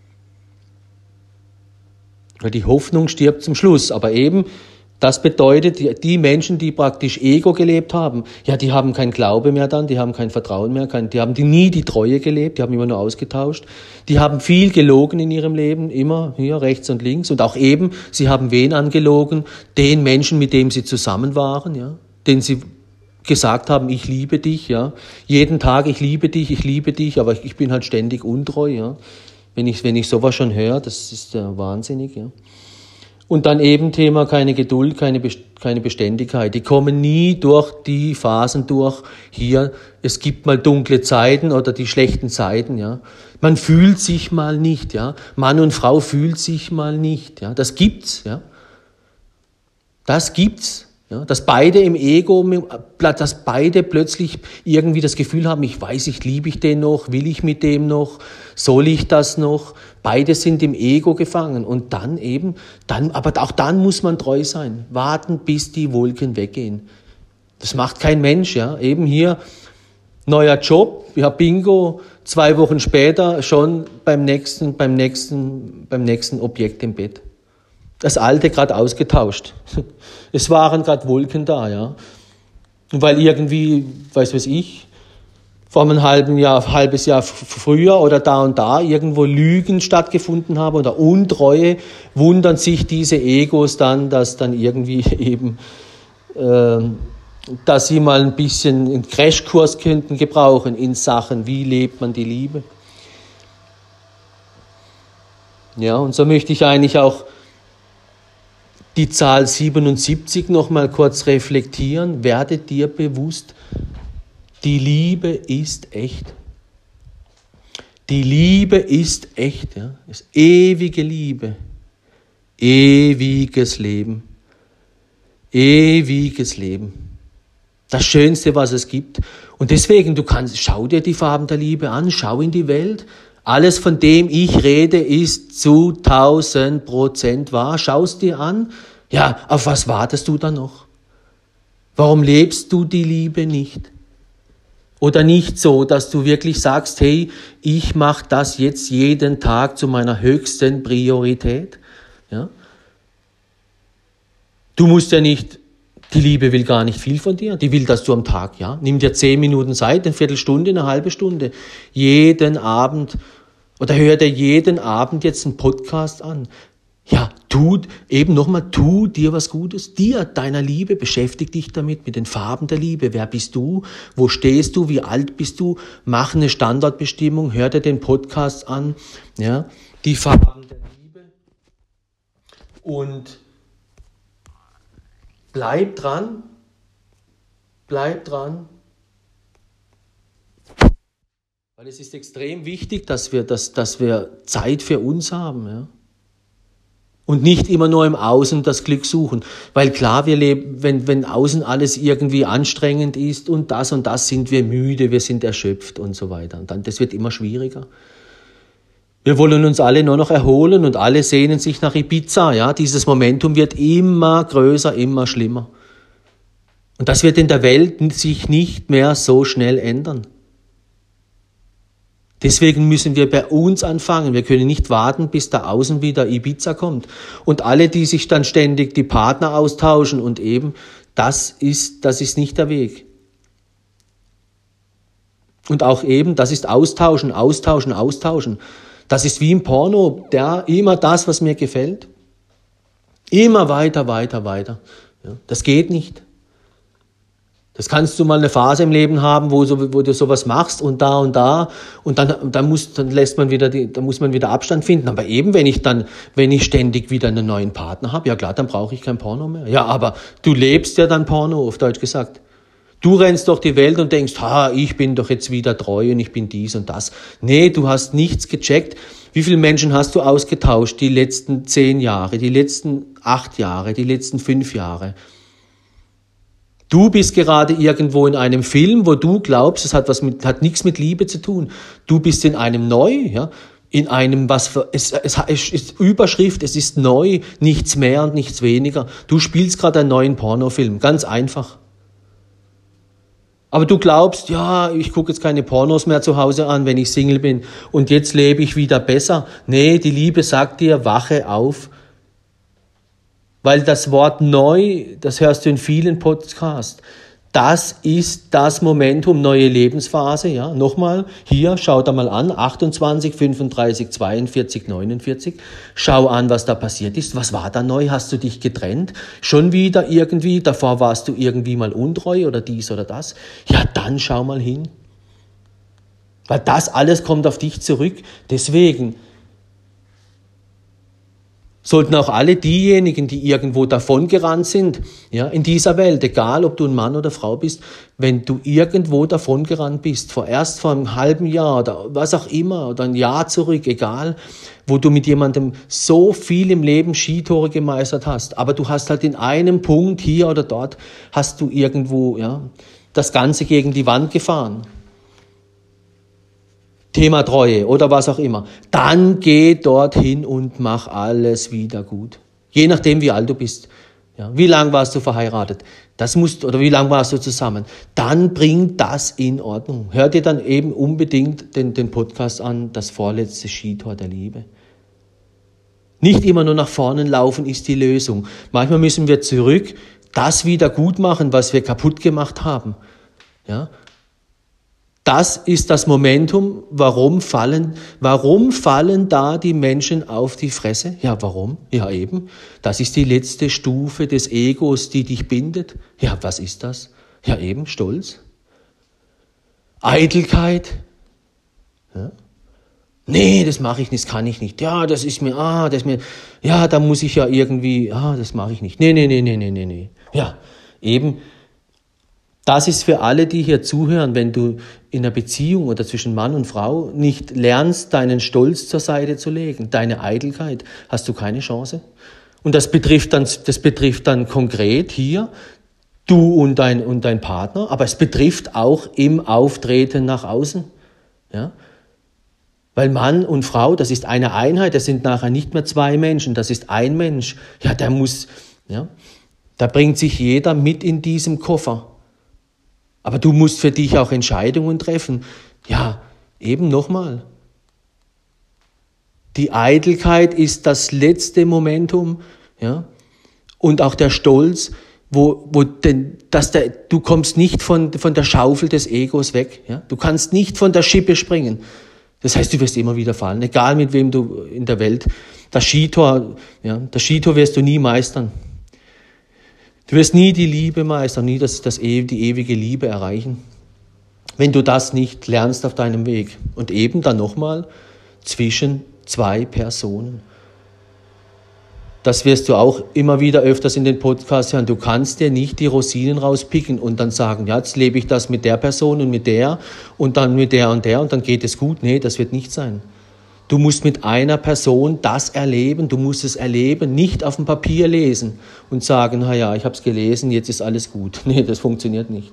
Weil die Hoffnung stirbt zum Schluss. Aber eben, das bedeutet, die Menschen, die praktisch Ego gelebt haben, ja, die haben kein Glaube mehr dann, die haben kein Vertrauen mehr, die haben nie die Treue gelebt, die haben immer nur ausgetauscht. Die haben viel gelogen in ihrem Leben, immer hier rechts und links. Und auch eben, sie haben wen angelogen? Den Menschen, mit dem sie zusammen waren, ja, den sie gesagt haben, ich liebe dich, ja. Jeden Tag, ich liebe dich, aber ich bin halt ständig untreu, ja. Wenn ich sowas schon höre, das ist wahnsinnig. Ja. Und dann eben Thema keine Geduld, keine Beständigkeit. Die kommen nie durch die Phasen durch. Hier, es gibt mal dunkle Zeiten oder die schlechten Zeiten. Ja. Man fühlt sich mal nicht. Ja. Mann und Frau fühlt sich mal nicht. Ja. Das gibt's. Ja. Das gibt's. Ja, dass beide im Ego, dass beide plötzlich irgendwie das Gefühl haben, ich weiß, liebe ich den noch, will ich mit dem noch, soll ich das noch? Beide sind im Ego gefangen und aber auch dann muss man treu sein, warten, bis die Wolken weggehen. Das macht kein Mensch, ja. Eben hier, neuer Job, ja, bingo, 2 Wochen später schon beim nächsten Objekt im Bett. Das Alte gerade ausgetauscht. Es waren gerade Wolken da, ja. Und weil irgendwie, weiß ich, vor einem halbes Jahr früher oder da und da irgendwo Lügen stattgefunden haben oder Untreue, wundern sich diese Egos dann, dass dann irgendwie eben, dass sie mal ein bisschen einen Crashkurs könnten gebrauchen in Sachen, wie lebt man die Liebe. Ja, und so möchte ich eigentlich auch die Zahl 77 noch mal kurz reflektieren. Werde dir bewusst, die Liebe ist echt. Die Liebe ist echt. Ja? Ist ewige Liebe. Ewiges Leben. Ewiges Leben. Das Schönste, was es gibt. Und deswegen, schau dir die Farben der Liebe an, schau in die Welt. Alles, von dem ich rede, ist zu 1000% wahr. Schau es dir an. Ja, auf was wartest du dann noch? Warum lebst du die Liebe nicht? Oder nicht so, dass du wirklich sagst, hey, ich mache das jetzt jeden Tag zu meiner höchsten Priorität. Ja? Du musst ja nicht, die Liebe will gar nicht viel von dir, die will, dass du am Tag, ja, nimm dir 10 Minuten Zeit, eine Viertelstunde, eine halbe Stunde, jeden Abend. Oder hör dir jeden Abend jetzt einen Podcast an. Ja, tu dir was Gutes, deiner Liebe, beschäftig dich damit, mit den Farben der Liebe. Wer bist du? Wo stehst du? Wie alt bist du? Mach eine Standortbestimmung, hör dir den Podcast an, ja, die Farben der Liebe. Und bleib dran. Weil es ist extrem wichtig, dass wir Zeit für uns haben, ja. Und nicht immer nur im Außen das Glück suchen. Weil klar, wir leben, wenn außen alles irgendwie anstrengend ist und das, sind wir müde, wir sind erschöpft und so weiter. Und dann, das wird immer schwieriger. Wir wollen uns alle nur noch erholen und alle sehnen sich nach Ibiza, ja. Dieses Momentum wird immer größer, immer schlimmer. Und das wird in der Welt sich nicht mehr so schnell ändern. Deswegen müssen wir bei uns anfangen. Wir können nicht warten, bis da außen wieder Ibiza kommt. Und alle, die sich dann ständig die Partner austauschen und eben, das ist nicht der Weg. Und auch eben, das ist austauschen. Das ist wie im Porno, immer das, was mir gefällt. Immer weiter. Ja, das geht nicht. Das kannst du mal eine Phase im Leben haben, wo du sowas machst und da und dann muss man wieder Abstand finden. Aber eben, wenn ich ständig wieder einen neuen Partner habe, ja klar, dann brauche ich kein Porno mehr. Ja, aber du lebst ja dann Porno, auf Deutsch gesagt. Du rennst durch die Welt und denkst, ich bin doch jetzt wieder treu und ich bin dies und das. Nee, du hast nichts gecheckt. Wie viele Menschen hast du ausgetauscht die letzten 10 Jahre, die letzten 8 Jahre, die letzten 5 Jahre? Du bist gerade irgendwo in einem Film, wo du glaubst, es hat nichts mit Liebe zu tun. Du bist in einem neu, ja, in einem es ist Überschrift, es ist neu, nichts mehr und nichts weniger. Du spielst gerade einen neuen Pornofilm, ganz einfach. Aber du glaubst, ja, ich gucke jetzt keine Pornos mehr zu Hause an, wenn ich Single bin und jetzt lebe ich wieder besser. Nee, die Liebe sagt dir, wache auf. Weil das Wort neu, das hörst du in vielen Podcasts. Das ist das Momentum, neue Lebensphase. Ja, nochmal, hier, schau da mal an, 28, 35, 42, 49. Schau an, was da passiert ist. Was war da neu? Hast du dich getrennt? Schon wieder irgendwie? Davor warst du irgendwie mal untreu oder dies oder das? Ja, dann schau mal hin. Weil das alles kommt auf dich zurück. Deswegen sollten auch alle diejenigen, die irgendwo davongerannt sind, ja, in dieser Welt, egal ob du ein Mann oder Frau bist, wenn du irgendwo davongerannt bist, erst vor einem halben Jahr oder was auch immer, oder ein Jahr zurück, egal, wo du mit jemandem so viel im Leben Skitore gemeistert hast, aber du hast halt in einem Punkt hier oder dort, hast du irgendwo, ja, das Ganze gegen die Wand gefahren. Thema Treue oder was auch immer, dann geh dorthin und mach alles wieder gut. Je nachdem, wie alt du bist. Ja, wie lange warst du verheiratet? Oder wie lange warst du zusammen? Dann bring das in Ordnung. Hör dir dann eben unbedingt den Podcast an, das vorletzte Skitor der Liebe. Nicht immer nur nach vorne laufen ist die Lösung. Manchmal müssen wir zurück das wieder gut machen, was wir kaputt gemacht haben. Ja. Das ist das Momentum, warum fallen da die Menschen auf die Fresse? Ja, warum? Ja, eben. Das ist die letzte Stufe des Egos, die dich bindet. Ja, was ist das? Ja, eben, Stolz. Eitelkeit. Ja. Nee, das mache ich nicht, das kann ich nicht. Ja, da muss ich ja irgendwie, das mache ich nicht. Nee. Ja, eben. Das ist für alle, die hier zuhören, wenn du in einer Beziehung oder zwischen Mann und Frau nicht lernst, deinen Stolz zur Seite zu legen, deine Eitelkeit, hast du keine Chance. Und das betrifft dann konkret hier du und dein Partner, aber es betrifft auch im Auftreten nach außen. Ja? Weil Mann und Frau, das ist eine Einheit, das sind nachher nicht mehr 2 Menschen, das ist ein Mensch. Ja, da bringt sich jeder mit in diesem Koffer. Aber du musst für dich auch Entscheidungen treffen. Ja, eben nochmal. Die Eitelkeit ist das letzte Momentum, ja, und auch der Stolz, du kommst nicht von der Schaufel des Egos weg, ja. Du kannst nicht von der Schippe springen. Das heißt, du wirst immer wieder fallen, egal mit wem du in der Welt. Das Skitor wirst du nie meistern. Du wirst nie die Liebe meistern, nie die ewige Liebe erreichen, wenn du das nicht lernst auf deinem Weg. Und eben dann nochmal zwischen 2 Personen. Das wirst du auch immer wieder öfters in den Podcasts hören. Du kannst dir nicht die Rosinen rauspicken und dann sagen, ja, jetzt lebe ich das mit der Person und mit der und dann mit der und dann geht es gut. Nee, das wird nicht sein. Du musst mit einer Person das erleben, du musst es erleben, nicht auf dem Papier lesen und sagen, ja, ich habe es gelesen, jetzt ist alles gut. Nee, das funktioniert nicht.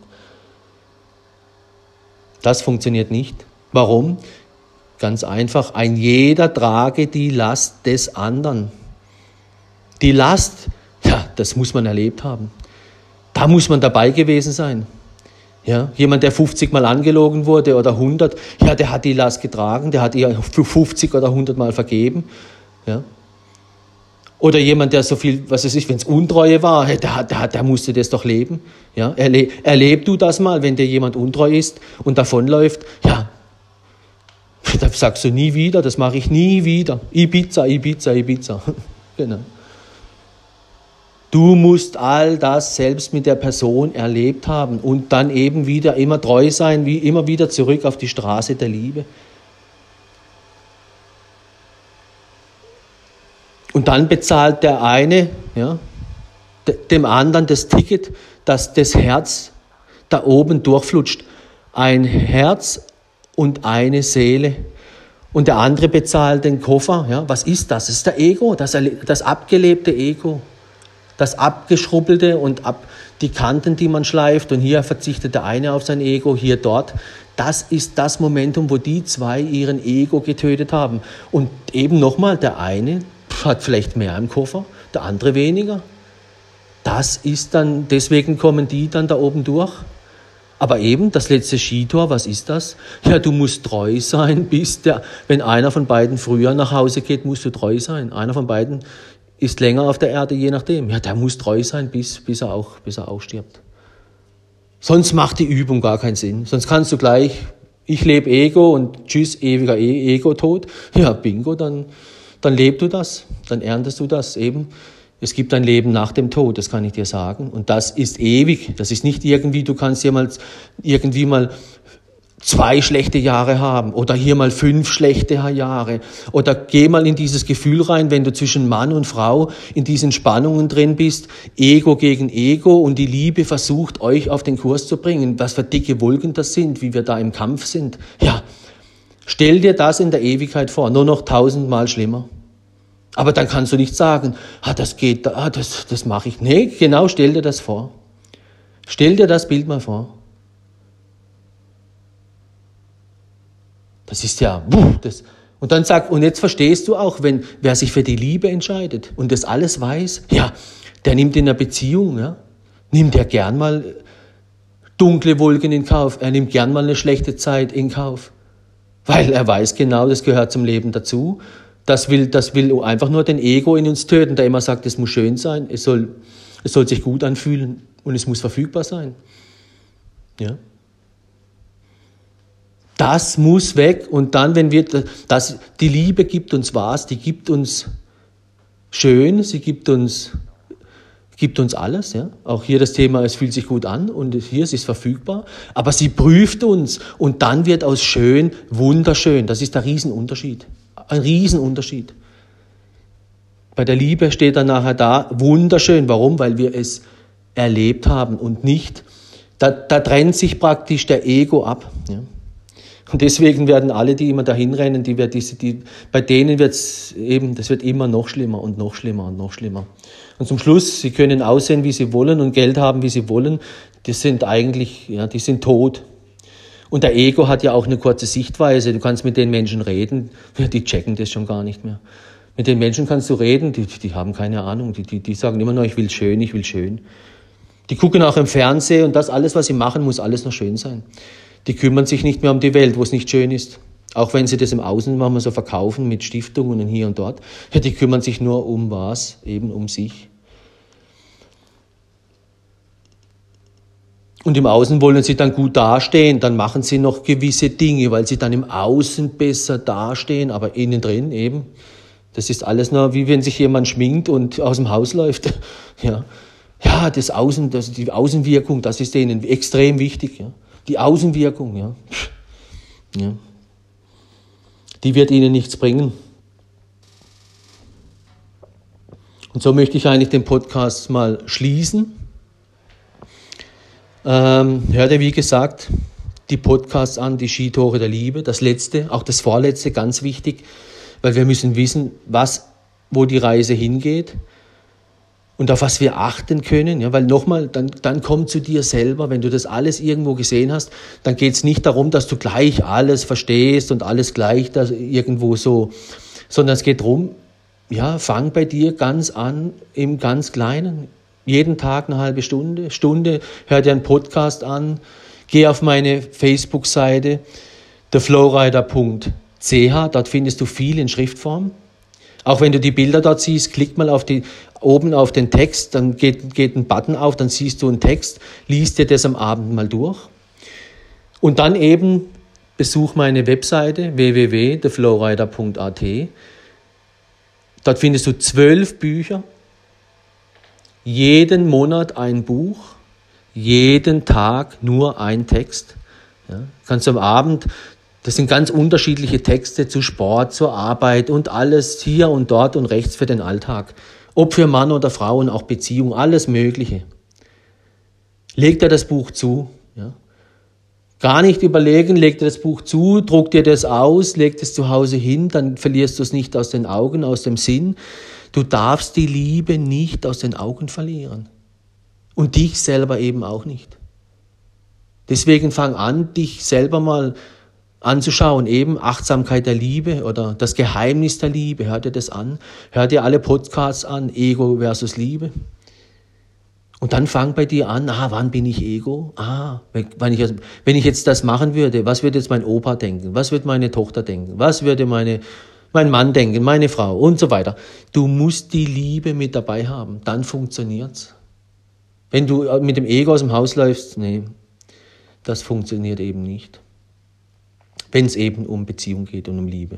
Das funktioniert nicht. Warum? Ganz einfach, ein jeder trage die Last des anderen. Die Last, ja, das muss man erlebt haben. Da muss man dabei gewesen sein. Ja, jemand, der 50 Mal angelogen wurde oder 100, ja, der hat die Last getragen, der hat ihr 50 oder 100 Mal vergeben. Ja. Oder jemand, der so viel, was weiß ich, wenn es Untreue war, hey, der musste das doch leben. Ja. Erleb du das mal, wenn dir jemand untreu ist und davonläuft, ja, da sagst du nie wieder, das mache ich nie wieder. Ibiza. Genau. Du musst all das selbst mit der Person erlebt haben und dann eben wieder immer treu sein, wie immer wieder zurück auf die Straße der Liebe. Und dann bezahlt der eine, ja, dem anderen das Ticket, dass das Herz da oben durchflutscht. Ein Herz und eine Seele. Und der andere bezahlt den Koffer. Ja, was ist das? Das ist der Ego, das abgelebte Ego. Das Abgeschrubbelte und die Kanten, die man schleift. Und hier verzichtet der eine auf sein Ego, hier dort. Das ist das Momentum, wo die zwei ihren Ego getötet haben. Und eben nochmal, der eine hat vielleicht mehr im Koffer, der andere weniger. Das ist dann, deswegen kommen die dann da oben durch. Aber eben, das letzte Skitor, was ist das? Ja, du musst treu sein, wenn einer von beiden früher nach Hause geht, musst du treu sein. Einer von beiden ist länger auf der Erde, je nachdem. Ja, der muss treu sein, bis er auch stirbt. Sonst macht die Übung gar keinen Sinn. Sonst kannst du gleich, ich lebe Ego und tschüss, ewiger Ego-Tod. Ja, bingo, dann lebst du das, dann erntest du das eben. Es gibt ein Leben nach dem Tod, das kann ich dir sagen. Und das ist ewig. Das ist nicht irgendwie, du kannst irgendwie mal 2 schlechte Jahre haben oder hier mal 5 schlechte Jahre oder geh mal in dieses Gefühl rein, wenn du zwischen Mann und Frau in diesen Spannungen drin bist, Ego gegen Ego und die Liebe versucht, euch auf den Kurs zu bringen, was für dicke Wolken das sind, wie wir da im Kampf sind. Ja, stell dir das in der Ewigkeit vor, nur noch 1000-mal schlimmer. Aber dann kannst du nicht sagen, das geht, das mache ich. Nee, genau, stell dir das vor. Stell dir das Bild mal vor. Das ist ja, und dann und jetzt verstehst du auch, wer sich für die Liebe entscheidet und das alles weiß, ja, der nimmt in einer Beziehung, ja, nimmt er gern mal dunkle Wolken in Kauf, er nimmt gern mal eine schlechte Zeit in Kauf, weil er weiß genau, das gehört zum Leben dazu. Das will einfach nur den Ego in uns töten, der immer sagt, es muss schön sein, es soll sich gut anfühlen und es muss verfügbar sein. Ja. Das muss weg und dann, wenn die Liebe gibt uns was, die gibt uns schön, sie gibt uns alles, ja. Auch hier das Thema, es fühlt sich gut an und hier, es ist verfügbar, aber sie prüft uns und dann wird aus schön wunderschön. Das ist der Riesenunterschied. Ein Riesenunterschied. Bei der Liebe steht dann nachher da, wunderschön. Warum? Weil wir es erlebt haben und nicht, da trennt sich praktisch der Ego ab, ja. Und deswegen werden alle, die immer dahin rennen, bei denen wird's eben, das wird immer noch schlimmer und noch schlimmer und noch schlimmer. Und zum Schluss, sie können aussehen, wie sie wollen und Geld haben, wie sie wollen. Das sind eigentlich, ja, die sind tot. Und der Ego hat ja auch eine kurze Sichtweise. Du kannst mit den Menschen reden, die checken das schon gar nicht mehr. Mit den Menschen kannst du reden, die haben keine Ahnung. Die sagen immer nur, ich will schön, ich will schön. Die gucken auch im Fernsehen und das alles, was sie machen, muss alles noch schön sein. Die kümmern sich nicht mehr um die Welt, wo es nicht schön ist. Auch wenn sie das im Außen manchmal so verkaufen mit Stiftungen und hier und dort. Ja, die kümmern sich nur um was? Eben um sich. Und im Außen wollen sie dann gut dastehen, dann machen sie noch gewisse Dinge, weil sie dann im Außen besser dastehen, aber innen drin eben. Das ist alles nur, wie wenn sich jemand schminkt und aus dem Haus läuft. Ja, das Außen, die Außenwirkung, das ist denen extrem wichtig, ja. Die Außenwirkung, ja. Die wird ihnen nichts bringen. Und so möchte ich eigentlich den Podcast mal schließen. Hör dir, wie gesagt, die Podcasts an, die Skitore der Liebe, das letzte, auch das vorletzte, ganz wichtig, weil wir müssen wissen, wo die Reise hingeht. Und auf was wir achten können, ja, weil nochmal, dann komm zu dir selber, wenn du das alles irgendwo gesehen hast, dann geht es nicht darum, dass du gleich alles verstehst und alles gleich da irgendwo so, sondern es geht darum, ja, fang bei dir ganz an, im ganz Kleinen, jeden Tag eine halbe Stunde, hör dir einen Podcast an, Geh auf meine Facebook-Seite, theflowrider.ch, dort findest du viel in Schriftform. Auch wenn du die Bilder dort siehst, klick mal oben auf den Text, dann geht ein Button auf, dann siehst du einen Text, liest dir das am Abend mal durch. Und dann eben besuch meine Webseite www.theflowrider.at. Dort findest du 12 Bücher, jeden Monat ein Buch, jeden Tag nur ein Text. Ja, kannst du am Abend, das sind ganz unterschiedliche Texte zu Sport, zur Arbeit und alles hier und dort und rechts für den Alltag. Ob für Mann oder Frau und auch Beziehung, alles Mögliche. Leg dir das Buch zu. Ja. Gar nicht überlegen, leg dir das Buch zu, druck dir das aus, leg das zu Hause hin, dann verlierst du es nicht aus den Augen, aus dem Sinn. Du darfst die Liebe nicht aus den Augen verlieren. Und dich selber eben auch nicht. Deswegen fang an, dich selber mal anzuschauen, eben Achtsamkeit der Liebe oder das Geheimnis der Liebe. Hör dir das an, hör dir alle Podcasts an, Ego versus Liebe. Und dann fang bei dir an, wann bin ich Ego? Wenn ich jetzt das machen würde, was würde jetzt mein Opa denken? Was würde meine Tochter denken? Was würde mein Mann denken, meine Frau und so weiter? Du musst die Liebe mit dabei haben, dann funktioniert's. Wenn du mit dem Ego aus dem Haus läufst, nee, das funktioniert eben nicht. Wenn es eben um Beziehung geht und um Liebe.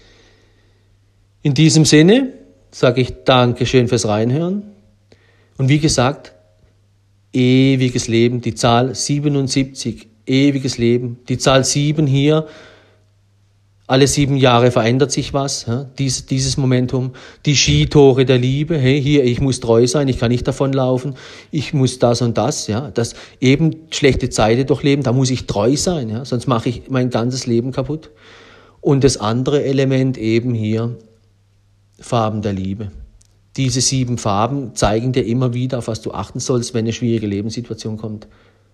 In diesem Sinne sage ich Dankeschön fürs Reinhören. Und wie gesagt, ewiges Leben, die Zahl 77, ewiges Leben, die Zahl 7 hier, alle 7 Jahre verändert sich was, dieses Momentum, die Skitore der Liebe, hey, hier, ich muss treu sein, ich kann nicht davonlaufen, ich muss das und das, ja, das eben schlechte Zeiten durchleben, da muss ich treu sein, ja, sonst mache ich mein ganzes Leben kaputt. Und das andere Element eben hier, Farben der Liebe. Diese 7 Farben zeigen dir immer wieder, auf was du achten sollst, wenn eine schwierige Lebenssituation kommt.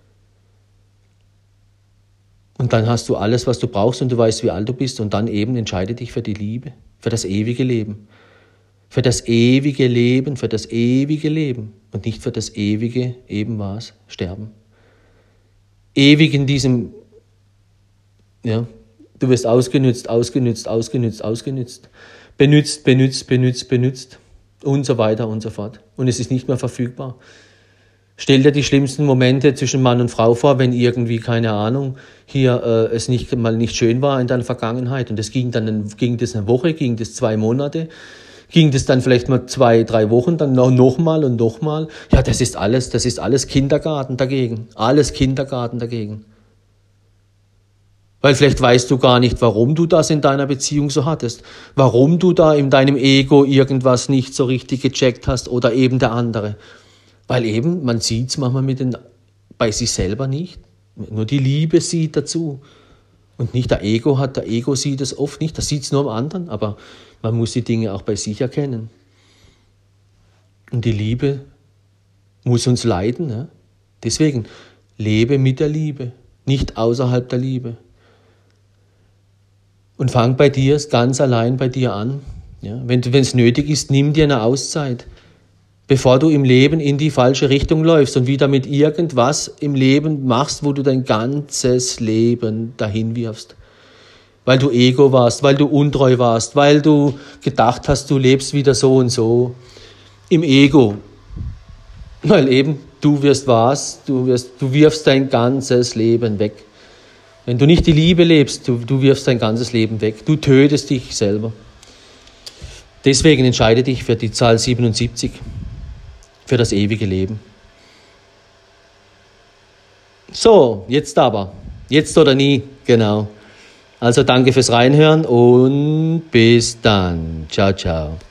Und dann hast du alles, was du brauchst und du weißt, wie alt du bist. Und dann eben entscheide dich für die Liebe, für das ewige Leben. Für das ewige Leben, für das ewige Leben. Und nicht für das ewige, eben was, Sterben. Ewig in diesem, ja, du wirst ausgenützt. Benützt. Und so weiter und so fort. Und es ist nicht mehr verfügbar. Stell dir die schlimmsten Momente zwischen Mann und Frau vor, wenn irgendwie, keine Ahnung, hier es nicht schön war in deiner Vergangenheit. Und das ging das eine Woche, ging das 2 Monate, ging das dann vielleicht mal 2, 3 Wochen, dann nochmal und nochmal. Ja, das ist alles Kindergarten dagegen. Alles Kindergarten dagegen. Weil vielleicht weißt du gar nicht, warum du das in deiner Beziehung so hattest. Warum du da in deinem Ego irgendwas nicht so richtig gecheckt hast oder eben der andere. Weil eben, man sieht es manchmal bei sich selber nicht. Nur die Liebe sieht dazu. Und nicht der Ego sieht es oft nicht, das sieht es nur am anderen. Aber man muss die Dinge auch bei sich erkennen. Und die Liebe muss uns leiten. Ja? Deswegen, lebe mit der Liebe, nicht außerhalb der Liebe. Und fang bei dir, ganz allein bei dir an. Ja? Wenn es nötig ist, nimm dir eine Auszeit. Bevor du im Leben in die falsche Richtung läufst und wieder mit irgendwas im Leben machst, wo du dein ganzes Leben dahin wirfst. Weil du Ego warst, weil du untreu warst, weil du gedacht hast, du lebst wieder so und so. Im Ego. Weil eben, du wirfst dein ganzes Leben weg. Wenn du nicht die Liebe lebst, du wirfst dein ganzes Leben weg. Du tötest dich selber. Deswegen entscheide dich für die Zahl 77. Für das ewige Leben. So, jetzt aber. Jetzt oder nie, genau. Also danke fürs Reinhören und bis dann. Ciao, ciao.